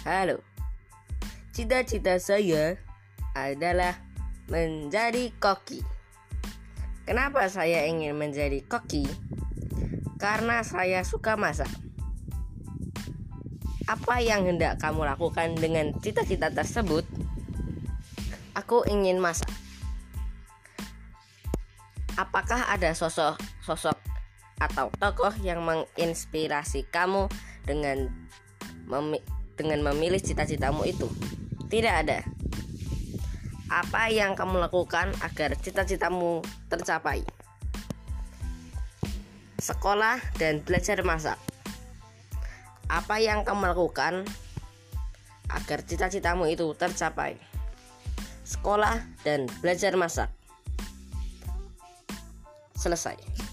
Halo, cita-cita saya adalah menjadi koki. Kenapa saya ingin menjadi koki? Karena saya suka masak. Apa yang hendak kamu lakukan dengan cita-cita tersebut? Aku ingin masak. Apakah ada sosok atau tokoh yang menginspirasi kamu dengan memilih cita-citamu itu? Tidak ada. Apa yang kamu lakukan agar cita-citamu tercapai? Sekolah dan belajar masak. Apa yang kamu lakukan agar cita-citamu itu tercapai? Sekolah dan belajar masak. Selesai.